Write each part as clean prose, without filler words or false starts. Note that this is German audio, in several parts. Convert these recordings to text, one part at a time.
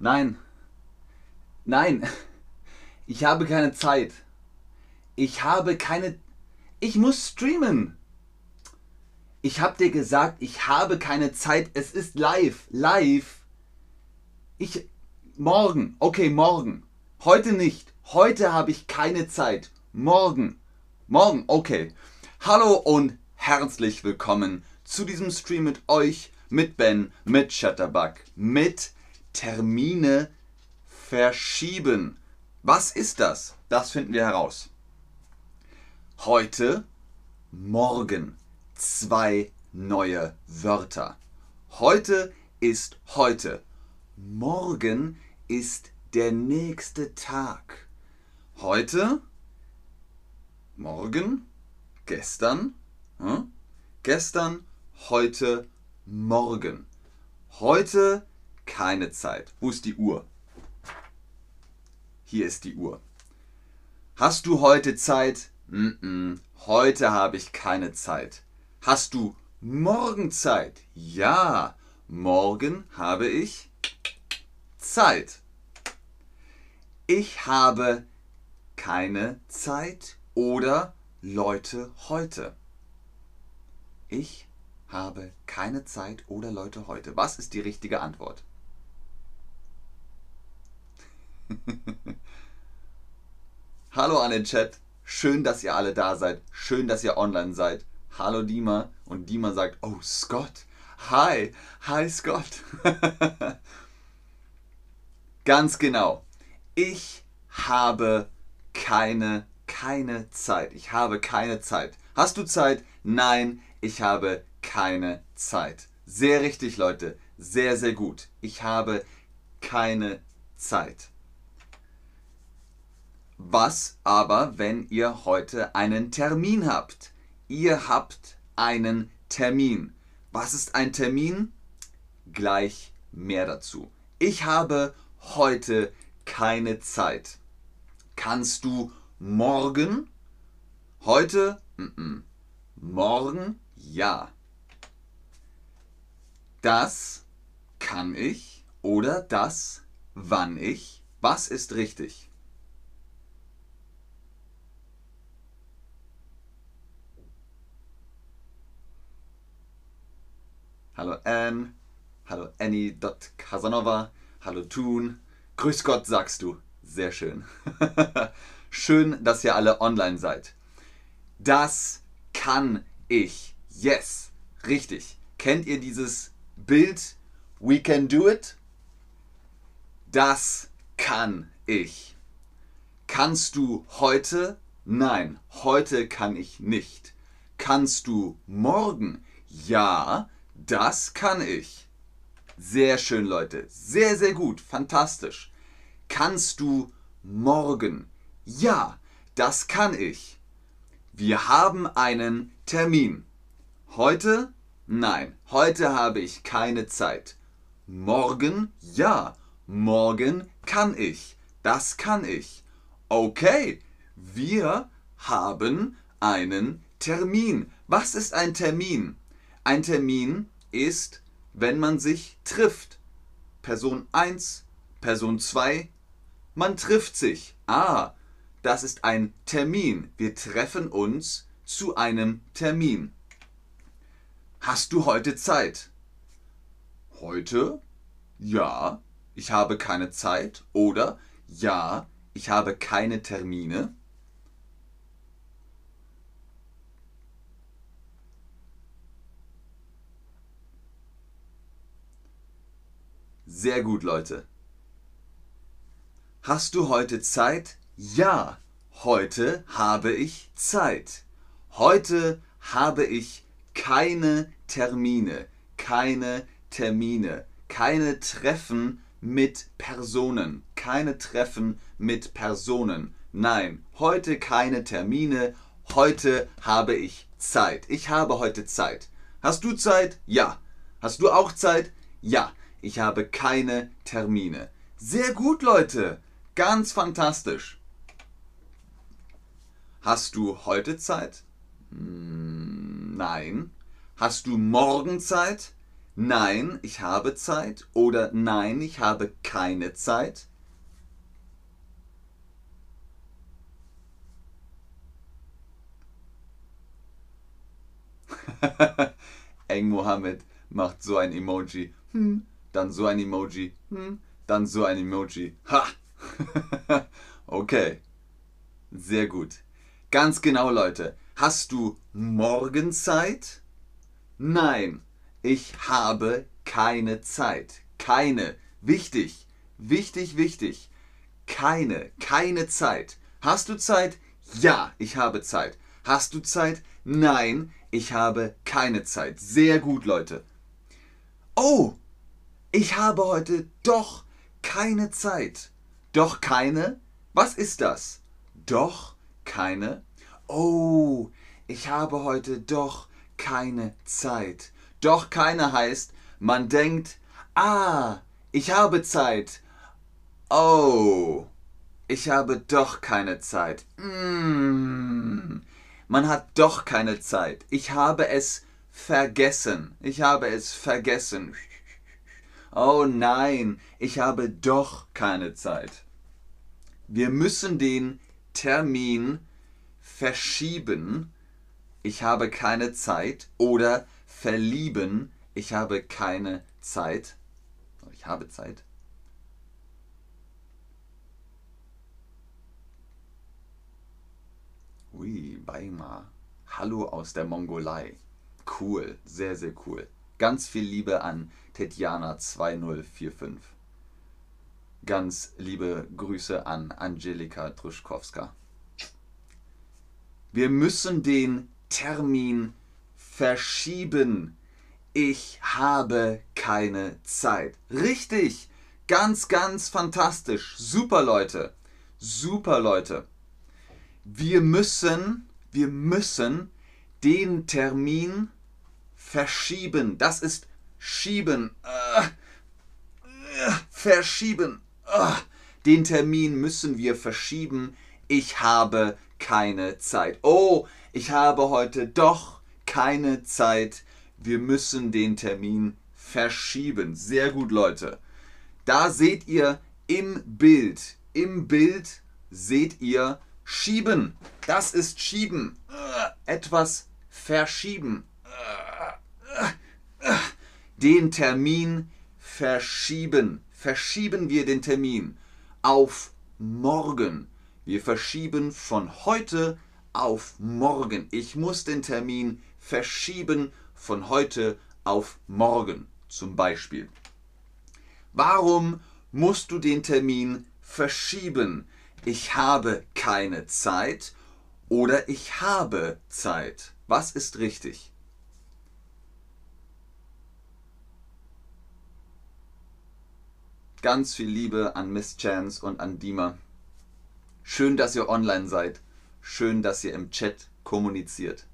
Nein, nein, ich habe keine Zeit. Ich habe keine... Ich muss streamen. Ich habe dir gesagt, ich habe keine Zeit. Es ist live. Live. Ich... Morgen. Okay, morgen. Heute nicht. Heute habe ich keine Zeit. Morgen. Morgen. Okay. Hallo und herzlich willkommen zu diesem Stream mit euch, mit Ben, mit Chatterbug, mit Termine verschieben. Was ist das? Das finden wir heraus. Heute, morgen. Zwei neue Wörter. Heute ist heute. Morgen ist der nächste Tag. Heute, morgen, gestern, gestern, heute, morgen. Heute keine Zeit. Wo ist die Uhr? Hier ist die Uhr. Hast du heute Zeit? Heute habe ich keine Zeit. Hast du morgen Zeit? Ja, morgen habe ich Zeit. Ich habe keine Zeit oder Leute heute. Ich habe keine Zeit oder Leute heute. Was ist die richtige Antwort? Hallo an den Chat. Schön, dass ihr alle da seid. Schön, dass ihr online seid. Hallo Dima. Und Dima sagt, oh Scott. Hi. Hi Scott. Ganz genau. Ich habe keine Zeit. Ich habe keine Zeit. Hast du Zeit? Nein, ich habe keine Zeit. Sehr richtig, Leute. Sehr, sehr gut. Ich habe keine Zeit. Was aber, wenn ihr heute einen Termin habt? Ihr habt einen Termin. Was ist ein Termin? Gleich mehr dazu. Ich habe heute keine Zeit. Kannst du morgen? Heute? Morgen? Ja. Das kann ich oder das wann ich? Was ist richtig? Hallo Anne, hallo Annie.Casanova, hallo Toon. Grüß Gott sagst du. Sehr schön. Schön, dass ihr alle online seid. Das kann ich. Yes. Richtig. Kennt ihr dieses Bild? We can do it? Das kann ich. Kannst du heute? Nein, heute kann ich nicht. Kannst du morgen? Ja, das kann ich. Sehr schön, Leute. Sehr, sehr gut. Fantastisch. Kannst du morgen? Ja, das kann ich. Wir haben einen Termin. Heute? Nein, heute habe ich keine Zeit. Morgen? Ja, morgen kann ich. Das kann ich. Okay, wir haben einen Termin. Was ist ein Termin? Ein Termin ist, wenn man sich trifft. Person 1, Person 2, man trifft sich. Das ist ein Termin. Wir treffen uns zu einem Termin. Hast du heute Zeit? Heute? Ja, ich habe keine Zeit. Oder ja, ich habe keine Termine. Sehr gut, Leute. Hast du heute Zeit? Ja, heute habe ich Zeit. Heute habe ich keine Termine, keine Termine, keine Treffen mit Personen, keine Treffen mit Personen. Nein, heute keine Termine, heute habe ich Zeit. Ich habe heute Zeit. Hast du Zeit? Ja. Hast du auch Zeit? Ja. Ich habe keine Termine. Sehr gut, Leute. Ganz fantastisch. Hast du heute Zeit? Nein. Hast du morgen Zeit? Nein, ich habe Zeit oder nein, ich habe keine Zeit. Eng Mohammed macht so ein Emoji. Dann so ein Emoji. Dann so ein Emoji. Ha! Okay, sehr gut. Ganz genau, Leute. Hast du morgen Zeit? Nein, ich habe keine Zeit. Keine. Wichtig, wichtig, wichtig. Keine Zeit. Hast du Zeit? Ja, ich habe Zeit. Hast du Zeit? Nein, ich habe keine Zeit. Sehr gut, Leute. Oh, ich habe heute doch keine Zeit. Doch keine? Was ist das? Doch keine? Oh, ich habe heute doch keine Zeit. Doch keine heißt, man denkt, ah, ich habe Zeit. Oh, ich habe doch keine Zeit. Man hat doch keine Zeit. Ich habe es vergessen. Ich habe es vergessen. Oh nein, ich habe doch keine Zeit. Wir müssen den Termin verschieben. Ich habe keine Zeit. Oder verlieben. Ich habe keine Zeit. Ich habe Zeit. Ui, Weimar. Hallo aus der Mongolei. Cool, sehr, sehr cool. Ganz viel Liebe an Tetjana 2045. Ganz liebe Grüße an Angelika Druschkowska. Wir müssen den Termin verschieben. Ich habe keine Zeit. Richtig, ganz, ganz fantastisch. Super, Leute. Super, Leute. Wir müssen den Termin verschieben. Das ist schieben. Verschieben. Den Termin müssen wir verschieben. Ich habe keine Zeit. Oh, ich habe heute doch keine Zeit. Wir müssen den Termin verschieben. Sehr gut, Leute. Da seht ihr im Bild seht ihr schieben. Das ist schieben. Etwas verschieben. Den Termin verschieben. Verschieben wir den Termin auf morgen. Wir verschieben von heute auf morgen. Ich muss den Termin verschieben von heute auf morgen. Zum Beispiel. Warum musst du den Termin verschieben? Ich habe keine Zeit oder ich habe Zeit. Was ist richtig? Ganz viel Liebe an Miss Chance und an Dima. Schön, dass ihr online seid. Schön, dass ihr im Chat kommuniziert.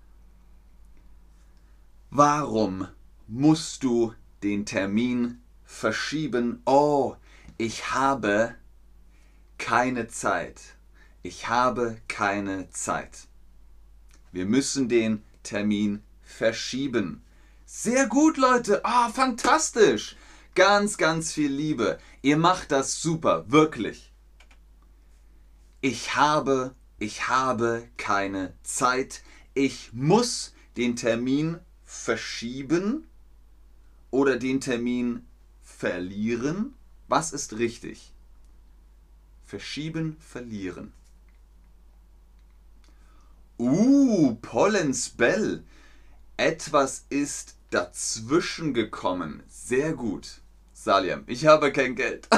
Warum musst du den Termin verschieben? Oh, ich habe keine Zeit. Ich habe keine Zeit. Wir müssen den Termin verschieben. Sehr gut, Leute. Ah, fantastisch. Ganz, ganz viel Liebe. Ihr macht das super, wirklich. Ich habe keine Zeit. Ich muss den Termin verschieben oder den Termin verlieren. Was ist richtig? Verschieben, verlieren. Pollenspell. Etwas ist dazwischen gekommen. Sehr gut. Salim, ich habe kein Geld.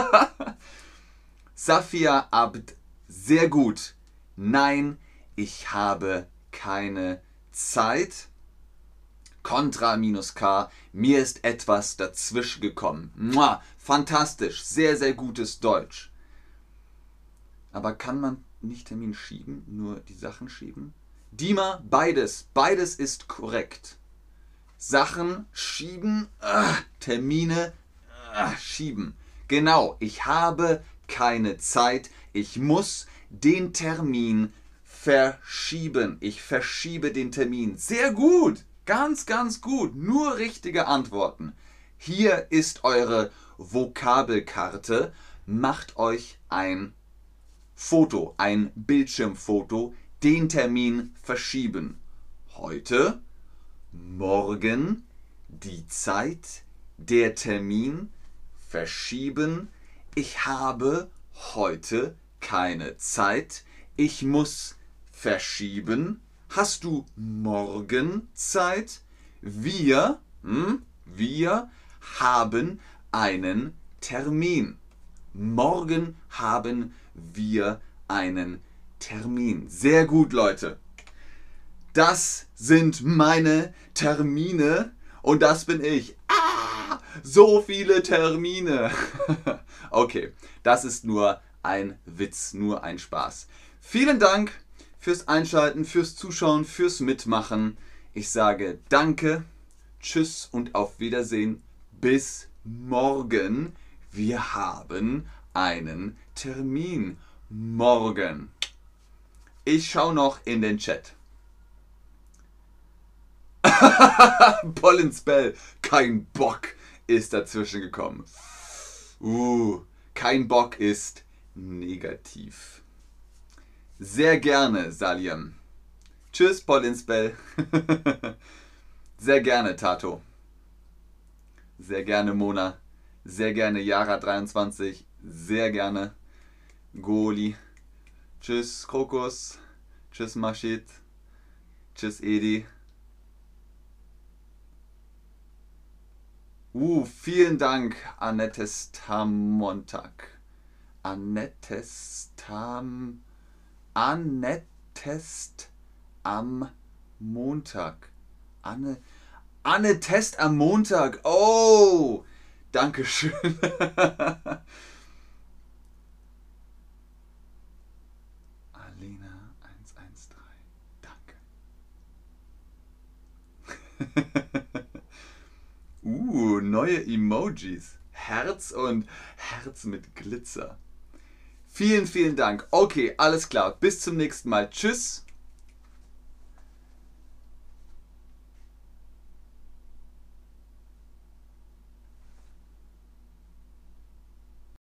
Safia Abd, sehr gut. Nein, ich habe keine Zeit. Contra -K, mir ist etwas dazwischen gekommen. Mua, fantastisch, sehr, sehr gutes Deutsch. Aber kann man nicht Termin schieben, nur die Sachen schieben? Dima, beides. Beides ist korrekt. Sachen schieben, Termine schieben. Genau, ich habe keine Zeit. Ich muss den Termin verschieben. Ich verschiebe den Termin. Sehr gut. Ganz, ganz gut. Nur richtige Antworten. Hier ist eure Vokabelkarte. Macht euch ein Foto, ein Bildschirmfoto, den Termin verschieben. Heute, morgen, die Zeit, der Termin, verschieben. Ich habe heute keine Zeit. Ich muss verschieben. Hast du morgen Zeit? Wir haben einen Termin. Morgen haben wir einen Termin. Sehr gut, Leute. Das sind meine Termine und das bin ich. So viele Termine. Okay, das ist nur ein Witz, nur ein Spaß. Vielen Dank fürs Einschalten, fürs Zuschauen, fürs Mitmachen. Ich sage danke, tschüss und auf Wiedersehen. Bis morgen. Wir haben einen Termin. Morgen. Ich schaue noch in den Chat. Pollen Spell. Kein Bock ist dazwischen gekommen. Kein Bock ist negativ. Sehr gerne, Saliam. Tschüss, Pollen Spell. Sehr gerne, Tato. Sehr gerne, Mona. Sehr gerne, Yara23. Sehr gerne, Goli. Tschüss, Krokus. Tschüss, Maschid. Tschüss, Edi. Vielen Dank, Annettestamontag. Annettest am Montag. Annetest am Montag. Oh, Dankeschön. Alena 113. Danke. Neue Emojis. Herz und Herz mit Glitzer. Vielen, vielen Dank. Okay, alles klar. Bis zum nächsten Mal. Tschüss.